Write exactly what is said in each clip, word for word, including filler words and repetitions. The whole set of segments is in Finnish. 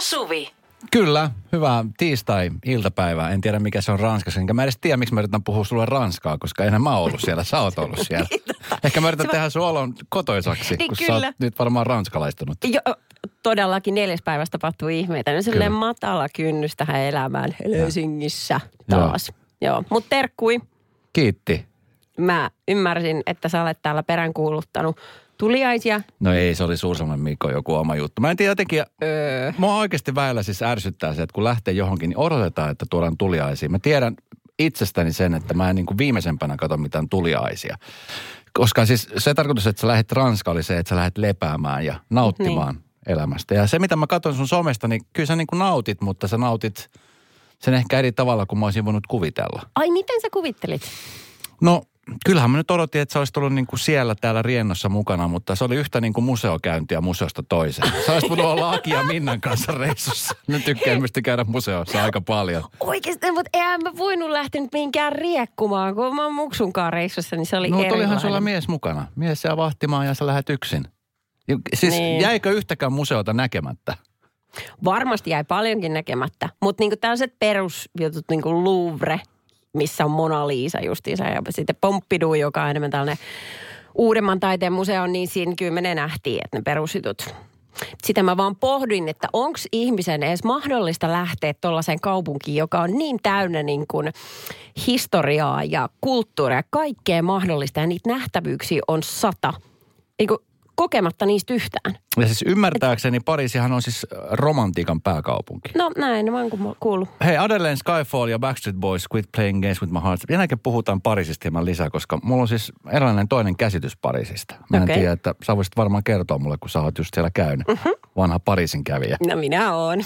Suvi. Kyllä, hyvää tiistai-iltapäivää. En tiedä, mikä se on Ranskassa. Enkä mä edes tiedä, miksi mä yritän puhua sulle ranskaa, koska enää mä oon ollut siellä. Sä oot ollut siellä. Ehkä mä yritän se tehdä va- sun olon kotoisaksi, niin, kun kyllä. Sä oot nyt varmaan ranskalaistunut. Jo, todellakin neljäs päivässä tapahtuu ihmeitä. No sellainen matala kynnys tähän elämään Helsingissä taas. Joo, Joo. Mutta terkkui. Kiitti. Mä ymmärsin, että sä olet täällä peräänkuuluttanut tuliaisia. No ei, se oli Suursalmen Mikko joku oma juttu. Mä en tiedä jotenkin, öö. mua oikeasti väillä siis ärsyttää se, että kun lähtee johonkin, niin odotetaan, että tuodaan tuliaisia. Mä tiedän itsestäni sen, että mä en niin kuin viimeisempänä katso mitään tuliaisia. Koska siis se tarkoitus, että sä lähdet Ranskaan, oli se, että sä lähdet lepäämään ja nauttimaan niin. elämästä. Ja se, mitä mä katson sun somesta, niin kyllä sä niin kuin nautit, mutta sä nautit sen ehkä eri tavalla, kuin mä olisin voinut kuvitella. Ai, miten sä kuvittelit? No, kyllähän mä nyt odotin, että sä olisit ollut niin kuin siellä täällä Riennossa mukana, mutta se oli yhtä niin kuin museokäyntiä museosta toiseen. Sä olisit voinut olla Aki ja Minnan kanssa reissussa. Nyt tykkää ilmeisesti käydä museossa aika paljon. Oikeasti, mutta eihän mä voinut lähteä nyt mihinkään riekkumaan, kun mä oon muksunkaan reissussa, niin se oli no, erilainen. No olihan sulla mies mukana. Mies siellä vahtimaan ja sä lähdet yksin. Siis niin. Jäikö yhtäkään museota näkemättä? Varmasti jäi paljonkin näkemättä, mutta niinku tällaiset perusjutut, niin kuin Louvre, missä on Mona Lisa justiinsa ja sitten Pompidou, joka on enemmän tällainen uudemman taiteen museo, niin siinä kyllä me ne nähtiin, että ne perusjutut. Sitä mä vaan pohdin, että onko ihmisen edes mahdollista lähteä tuollaiseen kaupunkiin, joka on niin täynnä niin kuin historiaa ja kulttuuria, kaikkea mahdollista ja niitä nähtävyyksiä on sata. Niin kuin kokematta niistä yhtään. Ja siis ymmärtääkseni Pariisihan on siis romantiikan pääkaupunki. No näin, mä oon kuullut. Hei, Adele, Skyfall ja Backstreet Boys, Quit Playing Games with My Heart. Vieläkin puhutaan Pariisista hieman lisää, koska mulla on siis erilainen toinen käsitys Pariisista. Mä okay. en tiedä, että sä voisit varmaan kertoa mulle, kun sä oot just siellä käynyt. Mm-hmm. Vanha Pariisin kävijä. No minä oon.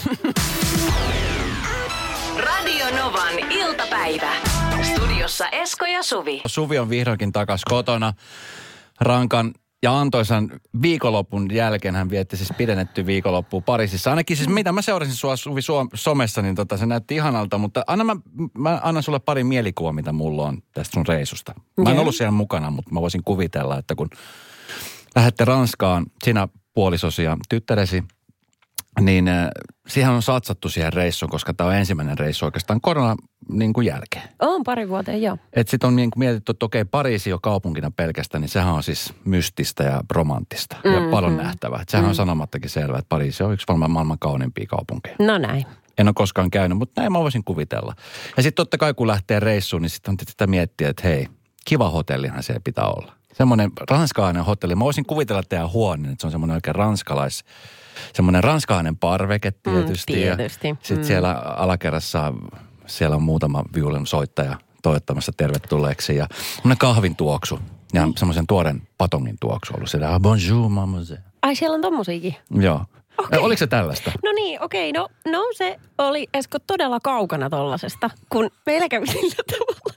Radio Novan iltapäivä. Studiossa Esko ja Suvi. Suvi on vihdoinkin takas kotona. Rankan ja antoisan viikonlopun jälkeen hän vietti siis pidennetty viikonloppua Pariisissa. Ainakin siis mitä mä seurasin sua Suvi somessa, niin tota, se näytti ihanalta. Mutta anna mä, mä annan sulle pari mielikuvaa, mitä mulla on tästä sun reisusta. Mä en ollut siellä mukana, mutta mä voisin kuvitella, että kun lähdette Ranskaan, sinä puolisosi ja tyttäresi, niin äh, siihen on satsattu siihen reissuun, koska tämä on ensimmäinen reissu oikeastaan korona niin kuin jälkeen. On pari vuoteen, joo. Että sitten on niin kuin mietitty, että okei, Pariisi jo kaupunkina pelkästään, niin sehän on siis mystistä ja romanttista mm-hmm. ja paljon nähtävää. Että sehän mm-hmm. on sanomattakin selvää, että Pariisi on yksi varmaan maailman kauniimpia kaupunkeja. No näin. En ole koskaan käynyt, mutta näin mä voisin kuvitella. Ja sitten totta kai kun lähtee reissuun, niin sitten on sitä miettiä, että hei, kiva hotellihan se pitää olla. Semmoinen ranskalainen hotelli. Mä voisin kuvitella teidän huoneen, että se on semmoinen oikein ranskalais, semmoinen ranskalainen parveke tietysti. Mm, tietysti. Ja sitten mm. siellä alakerrassa, siellä on muutama viulun soittaja toivottamassa tervetulleeksi. Ja semmoinen kahvin tuoksu ja mm. semmoisen tuoren patongin tuoksu ollut. Siellä, bonjour, mademoiselle. Ai siellä on tommosiakin? Joo. Okay. Oliko se tällaista? No niin, okei. Okay. No, no se oli, Esko, todella kaukana tollasesta, kun meillä kävi sillä tavalla.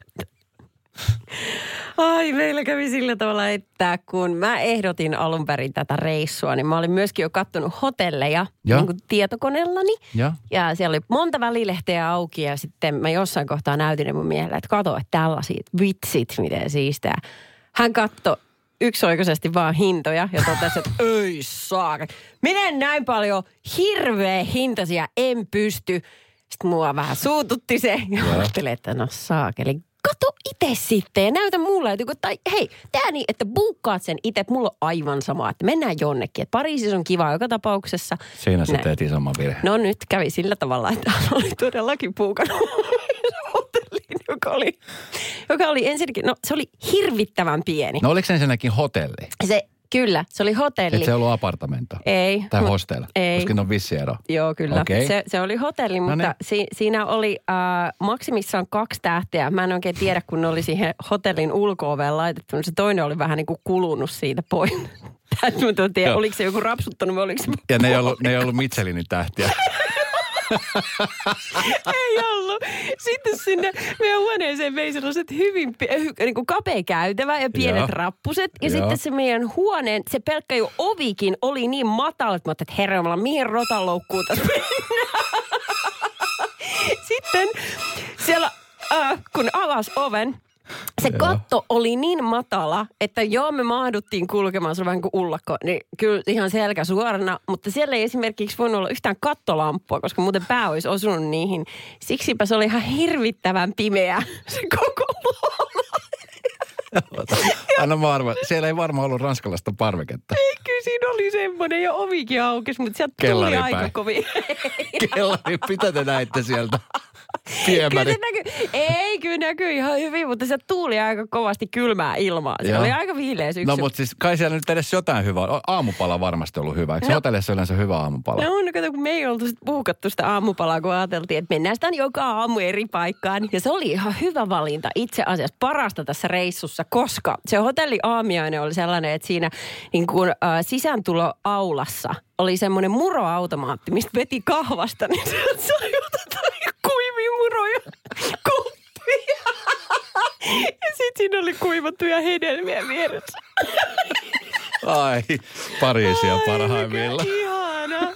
Ai, meillä kävi sillä tavalla, että kun mä ehdotin alun perin tätä reissua, niin mä olin myöskin jo kattonut hotelleja niin kuin tietokoneellani. Ja. ja siellä oli monta välilehteä auki ja sitten mä jossain kohtaa näytin ne mun miehelle, että kato, että tällaiset vitsit, miten siistää. Hän katsoi yksioikoisesti vaan hintoja ja totesi, että ei saakka. Miten näin paljon hirveä hintaisia en pysty. Sitten mua vähän suututti se ja ajattelin, että no saakeli. Kato itse sitten ja näytä mulle, että tai hei, tää niin, että buukkaat sen itse, että mulla on aivan sama, että mennään jonnekin. Että Pariisissa on kiva joka tapauksessa. Siinä sä teet isomman virhe. No nyt kävi sillä tavalla, että hän oli todellakin puukannut hotelliin, joka oli, joka oli ensinnäkin, no se oli hirvittävän pieni. No oliko se ensinnäkin hotelli? Se, kyllä, se oli hotelli. Et se ollut apartamento? Ei. Tai hostel? Ei. Koska on vissi ero. Joo, kyllä. Okay. Se, se oli hotelli, mutta no si, siinä oli äh, maksimissaan kaksi tähteä. Mä en oikein tiedä, kun ne oli siihen hotellin ulko-oveen laitettu. Se toinen oli vähän niin kuin kulunut siitä pois. Mä en tiedä, oliko se joku rapsuttanut vai oliko se... Ja ne ei ollut, ne ei ollut Michelinin tähtiä. Ei ollut. Sitten sinne meidän huoneeseen vei sellaiset hyvin niin kuin kapea käytävä ja pienet Joo. rappuset. Ja Joo. sitten se meidän huoneen, se pelkkä jo ovikin oli niin matala, että mä ajattelin, että herra, mihin rotanloukkuun tässä mennään. Sitten siellä, äh, kun avasi oven, Se katto oli niin matala, että joo, me mahduttiin kulkemaan, se on vähän kuin ullakko, niin kyllä ihan selkä suorana, mutta siellä ei esimerkiksi voinut olla yhtään kattolampua, koska muuten pää olisi osunut niihin. Siksipä se oli ihan hirvittävän pimeä se koko luola. Anna varma, siellä ei varmaan ollut ranskalaista parveketta. Ei, kyllä siinä oli semmoinen ja ovikin aukesi, mutta sieltä tuli aika kovin. Kellari, mitä te näitte sieltä? Viemäri. Kyllä se näkyy, ei, kyllä näkyy ihan hyvin, mutta se tuuli aika kovasti kylmää ilmaa. Se Joo. oli aika viileä syksy. No mutta siis kai siellä nyt edes jotain hyvää. Aamupala varmasti ollut hyvä. Eikö no, hotellissa yleensä hyvä aamupala? No, no kato, kun me ei oltu sitten puhukattu sitä aamupalaa, kun ajateltiin, että mennään sitä joka aamu eri paikkaan. Ja se oli ihan hyvä valinta itse asiassa parasta tässä reissussa, koska se hotelli aamiainen oli sellainen, että siinä niin kuin, äh, sisääntuloaulassa oli semmoinen muroautomaatti, mistä veti kahvasta, niin se sai otetaan kuivia muroja kuppia. Ja sit siinä oli kuivattuja hedelmiä vieressä. Ai, Pariisia parhaimmillaan. Ihana.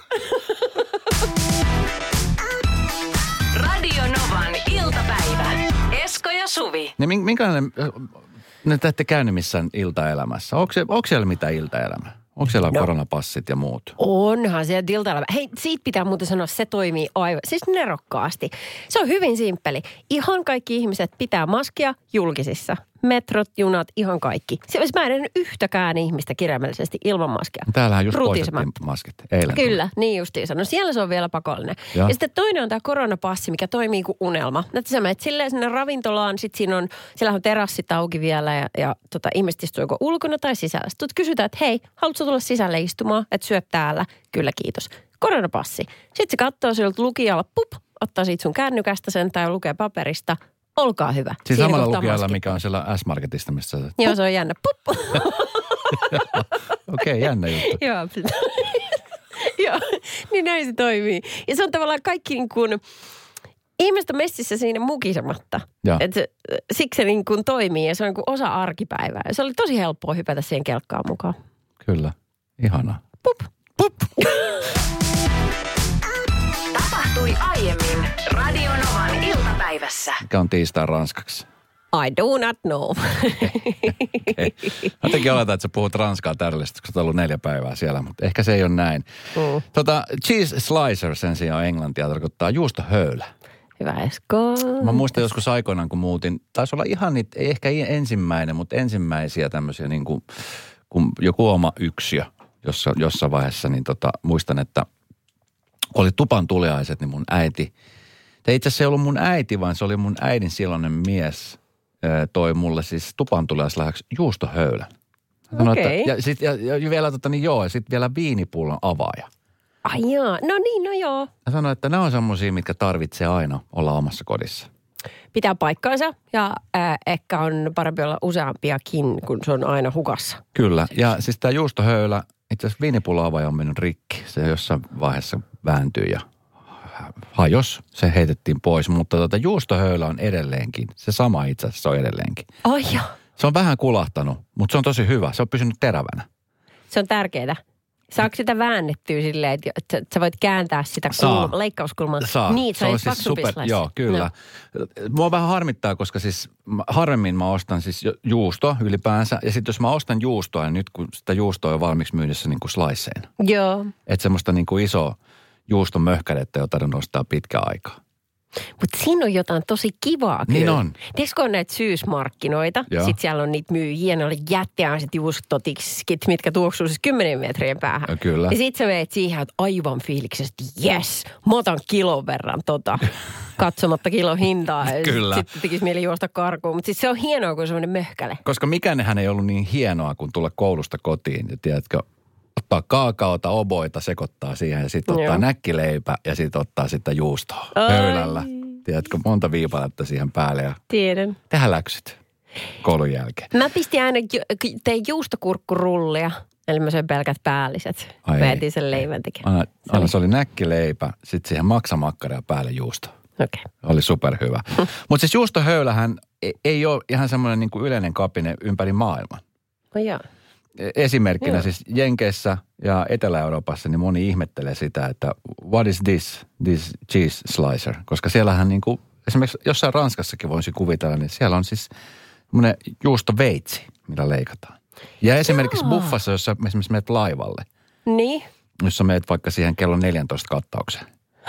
Radio Novan iltapäivä. Esko ja Suvi. Ne, minkälainen, ne te ette käynyt missään iltaelämässä. Onko, se, onko siellä mitään iltaelämää? Onko siellä no. koronapassit ja muut? Onhan siellä iltaelämä. Hei, siitä pitää muuten sanoa, se toimii aivan, siis nerokkaasti. Se on hyvin simppeli. Ihan kaikki ihmiset pitää maskia julkisissa. Metrot, junat, ihan kaikki. Se mä en yhtäkään ihmistä kirjaimellisesti ilman maskia. Täällähän just poistettiin maskit eilen. Kyllä, niin justiinsa. No siellä se on vielä pakollinen. Ja, ja sitten toinen on tämä koronapassi, mikä toimii kuin unelma. Että sä menet silleen sinne ravintolaan, sit siinä on, siellä on terassit auki vielä ja, ja tota, ihmiset istuu joko ulkona tai sisällä. Sitten kysytään, että hei, haluatko tulla sisälle istumaan, että syöt täällä? Kyllä, kiitos. Koronapassi. Sitten se katsoo siltä lukijalla, pup, ottaa siitä sun kännykästä sen tai lukee paperista. Olkaa hyvä. Siis siinä samalla lukijalla, mikä on siellä S-Marketista, missä se... Joo, se on jännä. Pup! Okei, okay, jännä juttu. Joo, Joo, niin näin se toimii. Ja se on tavallaan kaikki niin kuin... Ihmiset on messissä siinä mukisematta. Et se, siksi se niin kuin toimii ja se on niin kuin osa arkipäivää. Ja se oli tosi helppoa hypätä siihen kelkkaan mukaan. Kyllä, ihanaa. Pup! Pup! Tapahtui aiemmin Radio Novan iltapäivässä. Mikä on tiistai ranskaksi? I do not know. Okay. Mä jotenkin oletan, että sä puhut ranskaa täydellisesti, koska sä oot ollut neljä päivää siellä, mutta ehkä se ei ole näin. Mm. Tota, cheese slicer sen sijaan englantia tarkoittaa juustohöylä. Hyvä Esko. Mä muistan joskus aikoinaan, kun muutin, taisi olla ihan niitä, ei ehkä ensimmäinen, mutta ensimmäisiä tämmöisiä niin kuin, kun joku oma yksiö jossa, jossain vaiheessa, niin tota, muistan, että kun oli tupan tuliaiset, niin mun äiti, tai itse asiassa ei ollut mun äiti, vaan se oli mun äidin silloinen mies, toi mulle siis tupan tuliaislahjaksi juustohöylän. Sanoi, okay. että, ja, sit, ja, ja vielä tota niin joo, ja sitten vielä viinipullon avaaja. Ai jaa, no niin, no joo. Mä sanoin, että nämä on semmosia, mitkä tarvitsee aina olla omassa kodissa. Pitää paikkaansa ja äh, ehkä on parempi olla useampiakin, kun se on aina hukassa. Kyllä, ja siis tämä juustohöylä, itse asiassa viinipullon avaaja on mennyt rikki. Se jossain vaiheessa vääntyi ja hajos, se heitettiin pois, mutta tuota juustohöylä on edelleenkin. Se sama itse asiassa on edelleenkin. Ai joo. Se on vähän kulahtanut, mutta se on tosi hyvä. Se on pysynyt terävänä. Se on tärkeää. Saako sitä väännettyä silleen, että sä voit kääntää sitä kulma, leikkauskulmaa? Saa. Niin, se on siis super, joo, kyllä. No. Mua vähän harmittaa, koska siis harvemmin mä ostan siis juustoa ylipäänsä. Ja sitten jos mä ostan juustoa, niin nyt kun sitä juustoa on valmiiksi myydessä niin kuin sliceina. Joo. Että semmoista niin kuin isoa juuston möhkälettä, jota ne nostaa pitkään aikaa. Mutta siinä on jotain tosi kivaa kyllä. Niin on. Tiedätkö on näitä syysmarkkinoita? Joo. Sitten siellä on niitä myyjiä, ne oli jätteäiset juustotikskit, mitkä tuoksuu siis kymmenen metrien päähän. Ja kyllä. Ja sitten sä veet siihen, että aivan fiiliksestä, jes, mä otan kilon verran tota, katsomatta kilon hintaa. Kyllä. Sitten tekisi mieli juosta karkuun. Mutta siis se on hienoa, kun semmoinen möhkäle. Koska mikänehän ei ollut niin hienoa, kun tulla koulusta kotiin. Ja tiedätkö, ottaa kaakaota, oboita, sekoittaa siihen ja sitten ottaa näkkileipä ja sitten ottaa sitä juustoa höylällä. Tiedätkö, monta viipaletta siihen päälle ja tiedän. Tehdään läksyt koulun jälkeen. Mä pistin aina, tein juustokurkkurullia, eli mä söin pelkät päälliset. Veetin sen leivän tekemään. Aina, aina se oli näkkileipä, sitten siihen maksamakkara ja päälle juusto. Okei. Okay. Oli superhyvä. Mutta siis juustohöylähän ei ole ihan semmoinen niin kuin yleinen kapine ympäri maailman. No joo. Esimerkkinä Joo. siis Jenkeissä ja Etelä-Euroopassa niin moni ihmettelee sitä, että what is this, this cheese slicer? Koska siellähän niin kuin, esimerkiksi jossain Ranskassakin voisi kuvitella, niin siellä on siis semmoinen juustoveitsi, millä leikataan. Ja esimerkiksi Joo. buffassa, jossa esimerkiksi menet laivalle. Niin. Jossa meet vaikka siihen kello neljäntoista kattaukseen.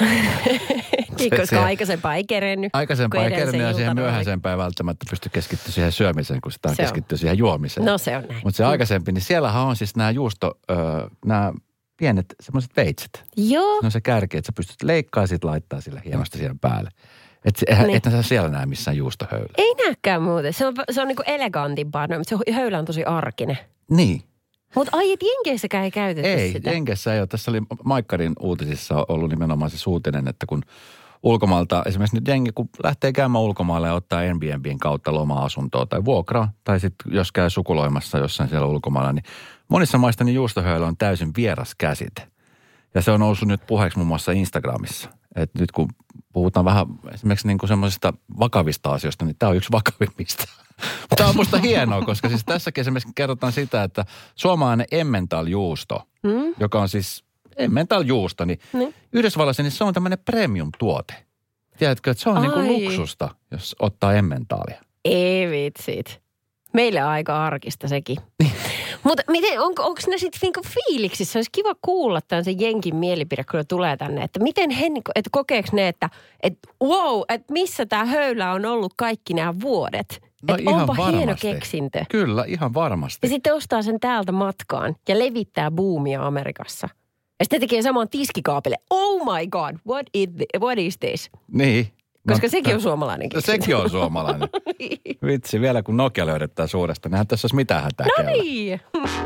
Niin, koska se, aikaisempaa ei kerennyt. Aikaisempaa ei kerennyt ja siihen iltana myöhäisempään välttämättä pysty keskittyä siihen syömiseen, kun sitä keskittyy siihen juomiseen. No se on näin. Mutta se aikaisempi, niin siellähän on siis nämä juusto, öö, nämä pienet semmoiset veitset. Joo. No se kärki, että sä pystyt leikkaamaan ja sit laittaa sille hienosti siihen päälle. Että niin. et sä siellä näe missään juustohöylä. Ei näkään muuten. Se on, se on niinku elegantimpaa, no, mutta se höylä on tosi arkinen. Niin. Mutta ai, et Jenkeissäkään ei käytetty ei, sitä. Ei, Jenkeissä ei ole. Tässä oli Maikkarin uutisissa ollut nimenomaan se uutinen, että kun ulkomailta, esimerkiksi nyt jengi, kun lähtee käymään ulkomailla ja ottaa Airbnbin kautta loma-asuntoa tai vuokraa, tai sitten jos käy sukuloimassa jossain siellä ulkomailla, niin monissa maista niin juustohöylä on täysin vieras käsite. Ja se on noussut nyt puheeksi muun muassa Instagramissa. Että nyt kun puhutaan vähän esimerkiksi niin kuin semmoisista vakavista asioista, niin tämä on yksi vakavimmista. Tämä on musta hienoa, koska siis tässäkin esimerkiksi kerrotaan sitä, että suomalainen Emmental-juusto, hmm? joka on siis Emmental-juusto, niin hmm? Yhdysvalloissa niin se on tämmöinen premium-tuote. Tiedätkö, että se on niin kuin luksusta, jos ottaa Emmentalia. Ei vitsit. Meillä on aika arkista sekin. Mutta miten, onko, onko ne sitten niinku fiiliksissä? Olisi kiva kuulla tämän sen jenkin mielipide, kun ne tulee tänne. Että miten he, että kokeeko ne, että et, wow, että missä tämä höylä on ollut kaikki nämä vuodet. No että onpa varmasti. Hieno keksintö. Kyllä, ihan varmasti. Ja sitten ostaa sen täältä matkaan ja levittää buumia Amerikassa. Ja sitten tekee saman tiskikaapille. Oh my god, what is, the, what is this? Niin. Koska no, sekin on suomalainen keksintö. Sekin on suomalainen. Niin. Vitsi, vielä kun Nokia löydetään suuresta, niin tässä olisi mitään hätää No kellä. niin.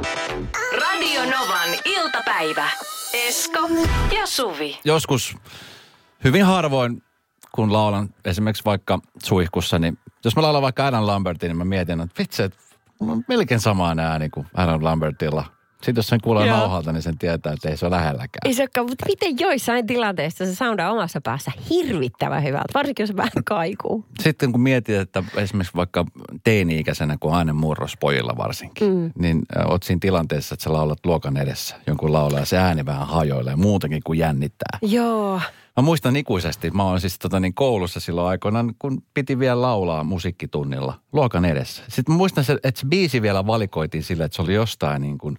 Radio Novan iltapäivä. Esko ja Suvi. Joskus hyvin harvoin, kun laulan esimerkiksi vaikka suihkussa, niin jos mä laulan vaikka Adam Lambertin, niin mä mietin, että vitsi, että mulla on melkein sama ääni kuin Adam Lambertilla. Sitten jos sen kuulee nauhalta, niin sen tietää, että ei se ole lähelläkään. Isokka, mutta miten joissain tilanteissa se soundaa omassa päässä hirvittävän hyvältä, varsinkin jos vähän kaikuu. Sitten kun mietit, että esimerkiksi vaikka teini-ikäisenä, kun äänen murros pojilla varsinkin, mm. niin äh, oot siinä tilanteessa, että sä laulat luokan edessä jonkun laulaa ja se ääni vähän hajoilee ja muutenkin kuin jännittää. Joo. Mä muistan ikuisesti, mä oon siis tota niin koulussa silloin aikoinaan, kun piti vielä laulaa musiikkitunnilla luokan edessä. Sitten mä muistan, että se biisi vielä valikoitiin sillä, että se oli jostain niin kuin,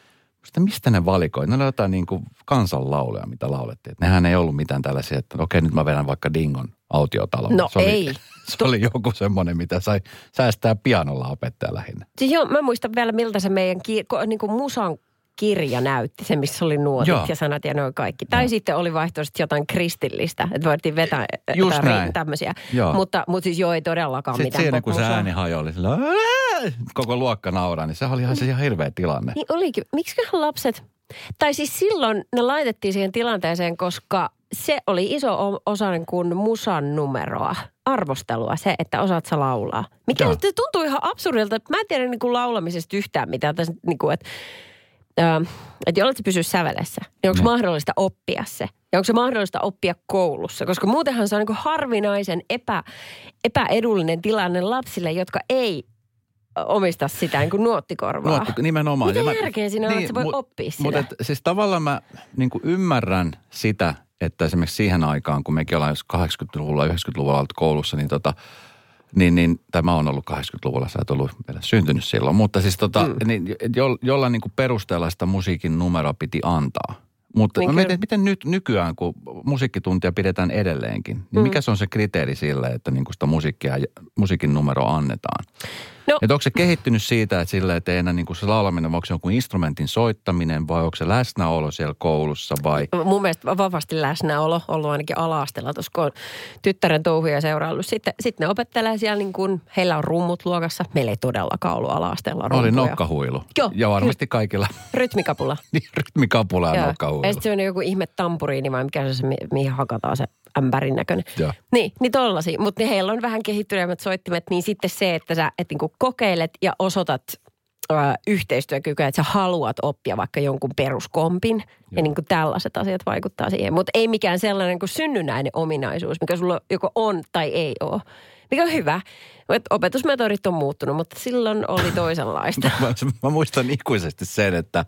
mistä ne valikoivat? Ne oli jotain niin kuin kansanlauluja, mitä laulettiin. Et nehän ei ollut mitään tällaisia, että okei, nyt mä vedän vaikka Dingon autiotalo. No se oli, ei. Se oli joku semmoinen, mitä sai säästää pianolla opettaja lähinnä. Siis joo, mä muistan vielä, miltä se meidän ki- niin kuin musan kirja näytti, se missä oli nuotit joo. ja sanat ja noin kaikki. Tai joo. sitten oli vaihtoehtoisesti jotain kristillistä, että voitiin vetää tämmöisiä. Mutta, mutta siis joo, ei todellakaan sitten mitään siinä, popmusaa. kun se ääni hajoili, sillä koko luokka nauraa, niin se oli ihan, se ihan hirveä tilanne. Niin olikin. Miksiköhän lapset, tai siis silloin ne laitettiin siihen tilanteeseen, koska se oli iso osa niin kuin musan numeroa, arvostelua, se, että osaat sä laulaa. Mikä nyt tuntuu ihan absurdilta, että mä en tiedä niin kuin laulamisesta yhtään mitään, tässä, niin kuin, että Äh, että jolloin se pysyy sävelessä, niin onko no. mahdollista oppia se? Ja onko se mahdollista oppia koulussa? Koska muutenhan se on niin kuin harvinaisen epä, epäedullinen tilanne lapsille, jotka ei omista sitä niin kuin nuottikorvaa. Nuotti, nimenomaan. Mitä järkeä siinä on, niin, että se voi mu- oppia sitä? Mutta siis tavallaan mä niin kuin ymmärrän sitä, että esimerkiksi siihen aikaan, kun mekin ollaan jos kahdeksankymmentäluvulla, yhdeksänkymmentäluvulla oltu koulussa, niin tota, Niin, niin, tämä on ollut kahdeksankymmentäluvulla, sä et ollut vielä syntynyt silloin. Mutta siis tota, mm. niin, jo, jollain niin kuin perusteella sitä musiikin numeroa piti antaa. Mutta niin mä mietin, että miten nyt nykyään, kun musiikkituntia pidetään edelleenkin, niin mm. mikä se on se kriteeri sille, että niin kuin sitä musiikkia, musiikin numeroa annetaan? No. Että onko se kehittynyt siitä, että sille, että ei enää niin kuin se laulaminen, vai onko se jonkun instrumentin soittaminen, vai onko se läsnäolo siellä koulussa, vai? Mun mielestä vahvasti läsnäolo, ollut ainakin ala-asteella, tuossa kun on tyttären touhuja seuraillut. Sitten, sitten ne opettelee siellä niin kuin, heillä on rummut luokassa. Meillä ei todellakaan ollut ala-asteella rumpuja. Oli nokkahuilu. Joo. Ja varmasti kaikilla. Rytmikapula. Niin, rytmikapula ja nokkahuilu. Ja sitten se on joku ihme tampuriini, vai mikä se on se, mihin hakataan se ämpärin näköinen. Joo. Niin, niin tollaisia. Mutta heillä on vähän kehittyneemmät soittimet, niin sitten se, että sä et niinku kokeilet ja osoitat ö, yhteistyökykyä, että sä haluat oppia vaikka jonkun peruskompin. Joo. Ja niinku tällaiset asiat vaikuttaa siihen. Mutta ei mikään sellainen kuin synnynnäinen ominaisuus, mikä sulla joko on tai ei ole. Mikä on hyvä. Opetusmetodit on muuttunut, mutta silloin oli toisenlaista. mä, mä muistan ikuisesti sen, että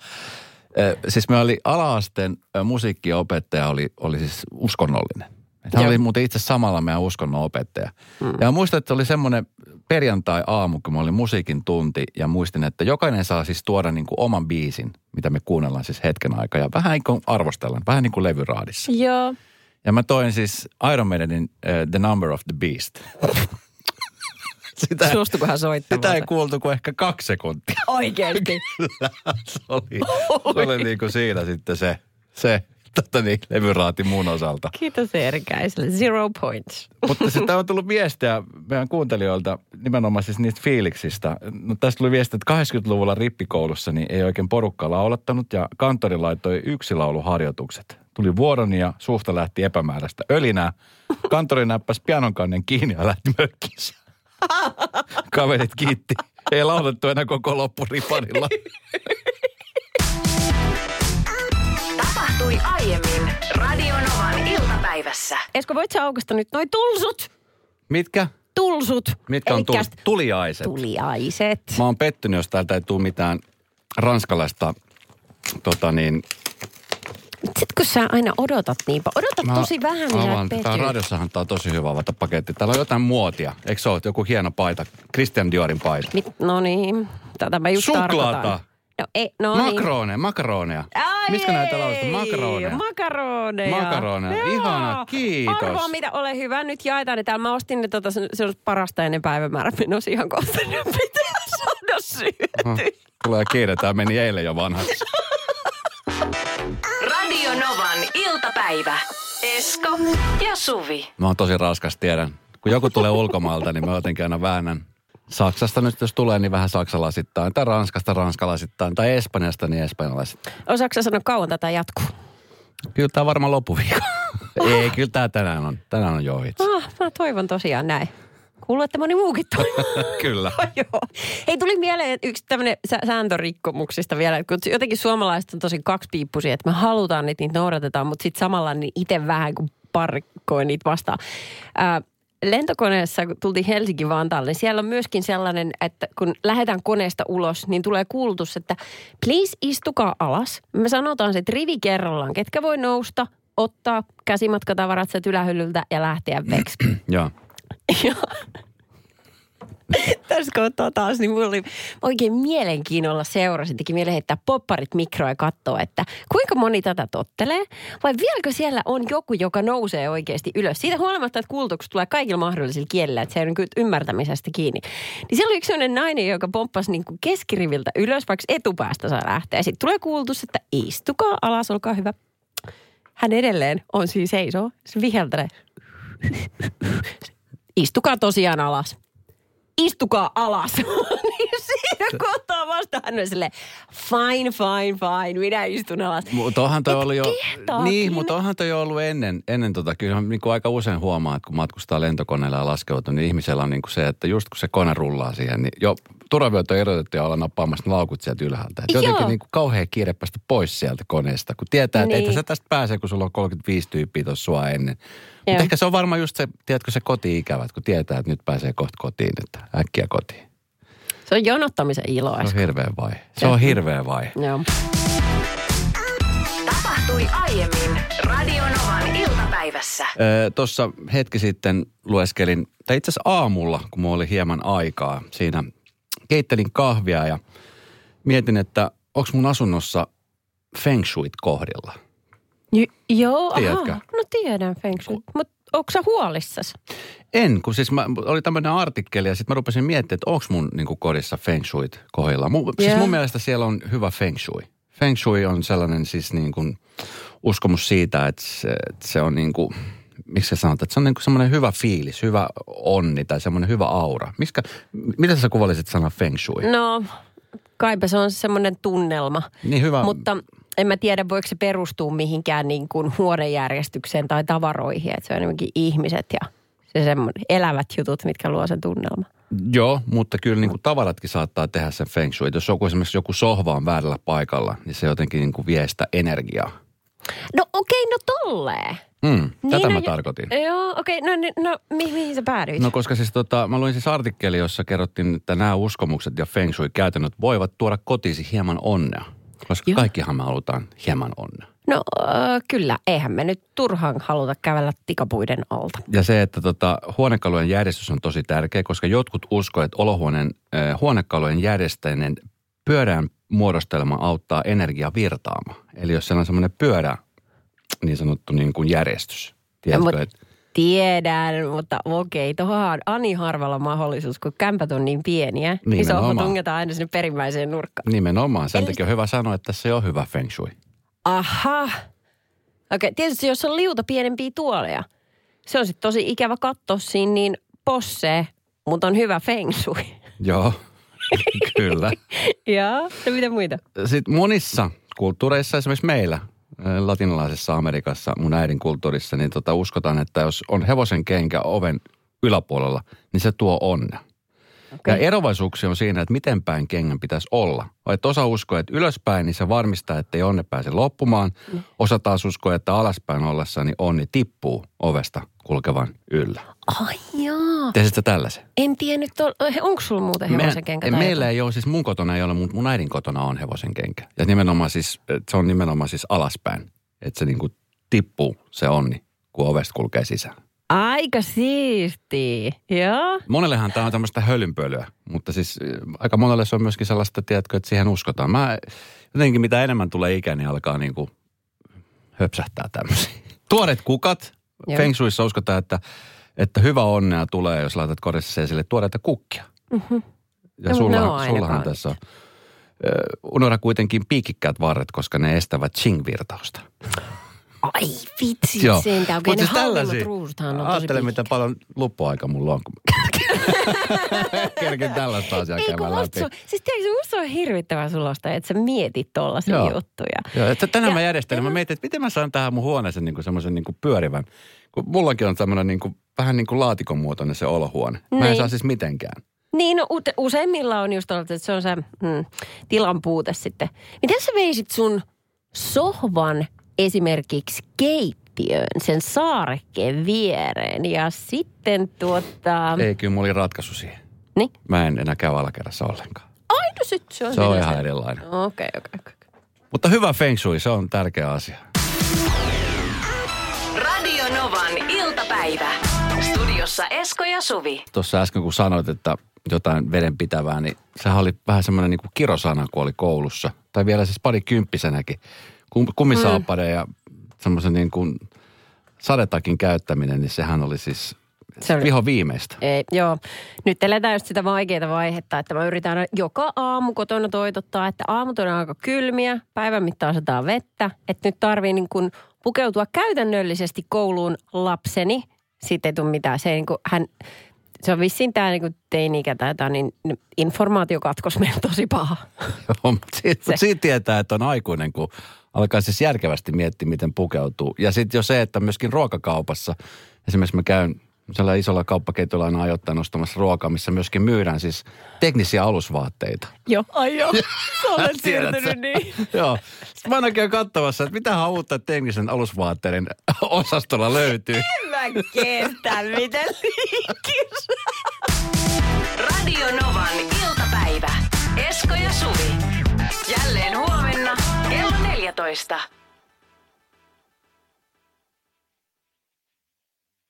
siis me oli ala-asteen musiikkiopettaja oli, oli siis uskonnollinen. Hän oli muuten itse samalla meidän uskonnon opettaja. Mm. Ja muistan, että oli semmoinen perjantai-aamu, kun mä olin musiikin tunti ja muistin, että jokainen saa siis tuoda niin kuin oman biisin, mitä me kuunnellaan siis hetken aikaa. Ja vähän niin kuin arvostellaan, vähän niin kuin levyraadissa. Joo. Ja mä toin siis Iron Maidenin uh, The Number of the Beast. Sitä, Suostukohan soittamaan? Sitä ei kuultu kuin ehkä kaksi sekuntia. Oikeasti? Kyllä, se oli, se oli niin kuin siinä sitten se, se tota niin, levyraati mun osalta. Kiitos Erkäiselle. Zero points. Mutta sitten on tullut viestiä meidän kuuntelijoilta nimenomaan siis niistä fiiliksistä. No, tästä tuli viestiä, että kahdeksankymmentäluvulla rippikoulussa niin ei oikein porukka laulattanut ja kanttori laittoi yksilauluharjoitukset. Tuli vuoroni ja suusta lähti epämääräistä ölinää. Kanttori näppäsi pianonkannen kiinni ja lähti mökkinsä. Kaverit kiitti. Ei laulettu enää koko loppuriparilla. Tapahtui aiemmin Radionovan iltapäivässä. Esko, voit sä aukaista nyt noi tulsut? Mitkä? Tulsut. Mitkä on Elikkä tulsut? Tuliaiset. Tuliaiset. Mä oon pettynyt, jos täältä ei tule mitään ranskalaista, tota niin... Sitten kun sä aina odotat niinpä, odotat Mä tosi vähän, niin sä et Tää petty. radiossahan tää on tosi hyvä avata paketti. Täällä on jotain muotia. Eikö se ole joku hieno paita? Christian Diorin paita. Mit, no niin, tätä mä just Suklaata. tarkoitan. No ei, no niin. Makrone, makaroneja. Ai Mistä näitä ei, lausutaan? Makaroneja. Makaroneja. Makaroneja. Joo. Ihana, kiitos. Arvoa mitä, ole hyvä. Nyt jaetaan ne täällä. Mä ostin ne, tota, se, se on parasta ennen päivämäärä. Menossa ihan kohta. Ne pitää saada syötyä. Tulee kiire, tää meni eilen jo vanhaksi. Radionovan iltapäivä. Esko ja Suvi. Mä oon tosi raskas, tiedän. Kun joku tulee ulkomailta, niin mä jotenkin aina väännän. Saksasta nyt jos tulee, niin vähän saksalaisittain. Tai Ranskasta ranskalaisittain. Tai Espanjasta, niin espanjalaisittain. Osaatko sä sanoa kauan tätä jatkuu? Kyllä tää varmaan loppuviikko. Ei, kyllä tää tänään on. Tänään on jo ohitse. Ah, mä toivon tosiaan näin. Kuuluu, että moni muukin toivoo. Kyllä. Joo. Hei, tuli mieleen yksi tämmöinen sä- sääntörikkomuksista vielä, kun jotenkin suomalaiset on tosi kaksipiippuisia, että me halutaan, että niitä noudatetaan, mutta sitten samalla niin itse vähän kuin parikkoin niitä vastaan. Ää, lentokoneessa, kun tultiin Helsinki-Vantaalle, niin siellä on myöskin sellainen, että kun lähdetään koneesta ulos, niin tulee kuulutus, että please istukaa alas. Me sanotaan se, että rivi kerrallaan, ketkä voi nousta, ottaa käsimatkatavarat sieltä ylähyllyltä ja lähteä veksi. Joo. Ja tässä kohtaa taas, niin mulla oli oikein mielenkiinnolla seurasin. Teki mieleen heittää popparit mikroon ja katsoa, että kuinka moni tätä tottelee. Vai vieläkö siellä on joku, joka nousee oikeasti ylös. Siitä huolimatta, että kuulutukset tulee kaikilla mahdollisilla kielillä, että se ei ole niin ymmärtämisestä kiinni. Niin siellä oli yksi sellainen nainen, joka pomppasi niin kuin keskiriviltä ylös, vaikka etupäästä saa lähteä. Sitten tulee kuulutus, että istukaa alas, olkaa hyvä. Hän edelleen on siis seisoo, se viheltelee. Istukaa tosiaan alas. Istukaa alas. Niin siinä kohtaa vasta hän on silleen, fine, fine, fine, minä istun alas. Mutta onhan toi Et ollut jo, kehtaa, niin, kyllä. mutta onhan toi jo ollut ennen, ennen tota, kyllä niin kuin aika usein huomaa, että kun matkustaa lentokoneella ja laskeutuu, niin ihmisellä on niin kuin se, että just kun se kone rullaa siihen, niin jo turvavyöt on erotettu ja ollaan nappaamassa ne laukut sieltä ylhäältä. Et jotenkin niin kuin kauhean kiire päästä pois sieltä koneesta, kun tietää, että Niin. et sä tästä pääse, kun sulla on kolmekymmentäviisi tyyppiä tuossa sua ennen. Mutta ehkä se on varmaan just se, tiedätkö, se koti-ikävät, kun tietää, että nyt pääsee kohta kotiin, että äkkiä kotiin. Se on jonottamisen ilo. Se on hirveä vaihe. Se on hirveä vaihe. Joo. Tapahtui aiemmin Radionovan iltapäivässä. Öö, Tuossa hetki sitten lueskelin, tai itse asiassa aamulla, kun mulla oli hieman aikaa, siinä keittelin kahvia ja mietin, että onko mun asunnossa feng shuit kohdilla. J- joo, Tiedätkö? aha. No tiedän feng shui. Mutta onko sä huolissasi? En, kun siis mä, oli tämmöinen artikkeli ja sitten mä rupesin miettimään, että onko mun niin kuin kodissa feng shuit kohdilla. Mu, siis Joo. mun mielestä siellä on hyvä feng shui. Feng shui on sellainen siis niin kuin uskomus siitä, että se, että se on niin kuin, miksi sä sanot, että se on niin kuin semmoinen hyvä fiilis, hyvä onni tai semmoinen hyvä aura. Miskä, miten sä kuvailisit sanan feng shui? No, kaipa se on semmoinen tunnelma. Niin hyvä. Mutta en mä tiedä, voiko se perustua mihinkään niin kuin huonejärjestykseen tai tavaroihin. Että se on enemmänkin ihmiset ja se semmoinen elävät jutut, mitkä luo sen tunnelman. Joo, mutta kyllä niin kuin tavaratkin saattaa tehdä sen feng shui. Jos joku, esimerkiksi joku sohva on väärällä paikalla, niin se jotenkin niin kuin vie sitä energiaa. No okei, okay, no tolleen. Mm, tätä no, mä jo- tarkoitin. Joo, okei, okay, no, niin- no mi- mihin sä päädyit? No koska siis tota, mä luin siis artikkeli, jossa kerrottiin, että nämä uskomukset ja feng shui käytännöt voivat tuoda kotiisi hieman onnea. Koska Joo. kaikkihan me halutaan hieman onnea. No äh, kyllä, eihän me nyt turhaan haluta kävellä tikapuiden alta. Ja se, että tota, huonekalujen järjestys on tosi tärkeä, koska jotkut uskoo, että olohuoneen äh, huonekalujen järjestäinen pyörän muodostelma auttaa energiaa virtaamaan. Eli jos siellä on semmoinen pyörä, niin sanottu niin kuin järjestys. Tiedätkö, no, että... Tiedän, mutta okei, tuohon on ani harvalla mahdollisuus, kun kämpät on niin pieniä. Niin sohva tungetaan aina sinne perimmäiseen nurkkaan. Nimenomaan. Sen Eli... takia on hyvä sanoa, että tässä ei ole hyvä feng shui. Aha. Okei, tietysti jos on liuta pienempiä tuoleja, se on sitten tosi ikävä katsoa siinä niin possee, mutta on hyvä feng shui. Joo, kyllä. Joo, no mitä muita? Sitten monissa kulttuureissa, esimerkiksi meillä, latinalaisessa Amerikassa, mun äidin kulttuurissa, niin tota uskotaan, että jos on hevosen kenkä oven yläpuolella, niin se tuo onnea. Okay. Ja erovaisuuksia on siinä, että miten päin kengän pitäisi olla. Että osa uskoo, että ylöspäin, niin se varmistaa, että ei onne pääse loppumaan. Mm. Osa taas uskoo, että alaspäin ollessa, niin onni tippuu ovesta kulkevan yllä. Ai jaa. Tiesitkö tällaisen? En tiennyt, onko sulla muuten hevosen kenkä? Me, meillä ei ole, siis mun kotona ei ole, mutta mun äidin kotona on hevosen kenkä. Ja nimenomaan siis, se on nimenomaan siis alaspäin. Että se niinku tippuu se onni, kun ovesta kulkee sisään. Aika siistiä, joo. Monellehan tämä on tämmöistä hölynpölyä, mutta siis aika monelle se on myöskin sellaista, tiedätkö, että siihen uskotaan. Mä jotenkin mitä enemmän tulee ikä, niin alkaa niinku höpsähtää tämmöisiä. Tuoreet kukat. Joo. Feng shuissa uskotaan, että, että hyvä onnea tulee, jos laitat kodissa esille tuoreita kukkia. Mm-hmm. Ja no, sulla, no, sullahan tässä on. Unohda kuitenkin piikikkäät varret, koska ne estävät ching-virtausta. Ai vitsi, sentään. Okei, ne siis halvimmat ruusuthan on tosi ajattele, mitä paljon luppuaika mulla on. Kerkin tällaista asiaa käymään läpi. Su, siis tiedätkö, musta on hirvittävän sulosta, että sä mietit tollaisia Joo. juttuja. Joo, että tänään ja, mä järjestelin. Mä mietin, että miten mä saan tähän mun huoneeseen niin semmoisen niin pyörivän. Kun mullakin on tämmöinen niin kuin, vähän niin kuin laatikon muotoinen se olohuone. Mä niin. en saa siis mitenkään. Niin, no useimmilla on just ollut, että se on se hmm, tilan puute sitten. Miten sä veisit sun sohvan esimerkiksi keittiöön, sen saarekkeen viereen ja sitten tuota... Ei, kyllä mulla oli ratkaisu siihen. Niin? Mä en enää käy alakerrassa ollenkaan. Ai, no sit se on... Se on ihan se. Erilainen. Okei, okei, okei. Mutta hyvä feng shui, se on tärkeä asia. Radio Novan iltapäivä. Studiossa Esko ja Suvi. Tuossa äsken kun sanoit, että jotain vedenpitävää, niin sehän oli vähän semmoinen niin kuin kirosana, kun oli koulussa. Tai vielä siis parikymppisenäkin. Kummisaapaden ja semmoisen niin kuin sadetakin käyttäminen, niin sehän oli siis se oli viho viimeistä. Ei, joo. Nyt eletään just sitä vaikeaa vaihetta, että mä yritän joka aamu kotona toitottaa, että aamut on aika kylmiä, päivän mittaan sataa vettä, että nyt tarvii niin kuin pukeutua käytännöllisesti kouluun lapseni. Sitten ei tule mitään. Se, niin kuin hän, se on vissiin tämä niin teini-ikä tai jotain, niin informaatiokatkos meillä tosi paha. Joo, mutta siitä, mut siitä tietää, että on aikuinen, kun alkaa siis järkevästi miettiä, miten pukeutuu. Ja sitten jo se, että myöskin ruokakaupassa, esimerkiksi mä käyn sellaisella isolla kauppaketjulla aina ajoittain ostamassa ruokaa, missä myöskin myydään siis teknisiä alusvaatteita. Joo, ai joo. Sä olet siirtynyt niin. Joo. Sitten mä aina käyn katsomassa, että mitähän uutta teknisen alusvaatteiden osastolla löytyy. En mä kestä, miten liikis. Radio Novan iltapäivä. Esko ja Suvi. Jälleen huomenna kello neljätoista.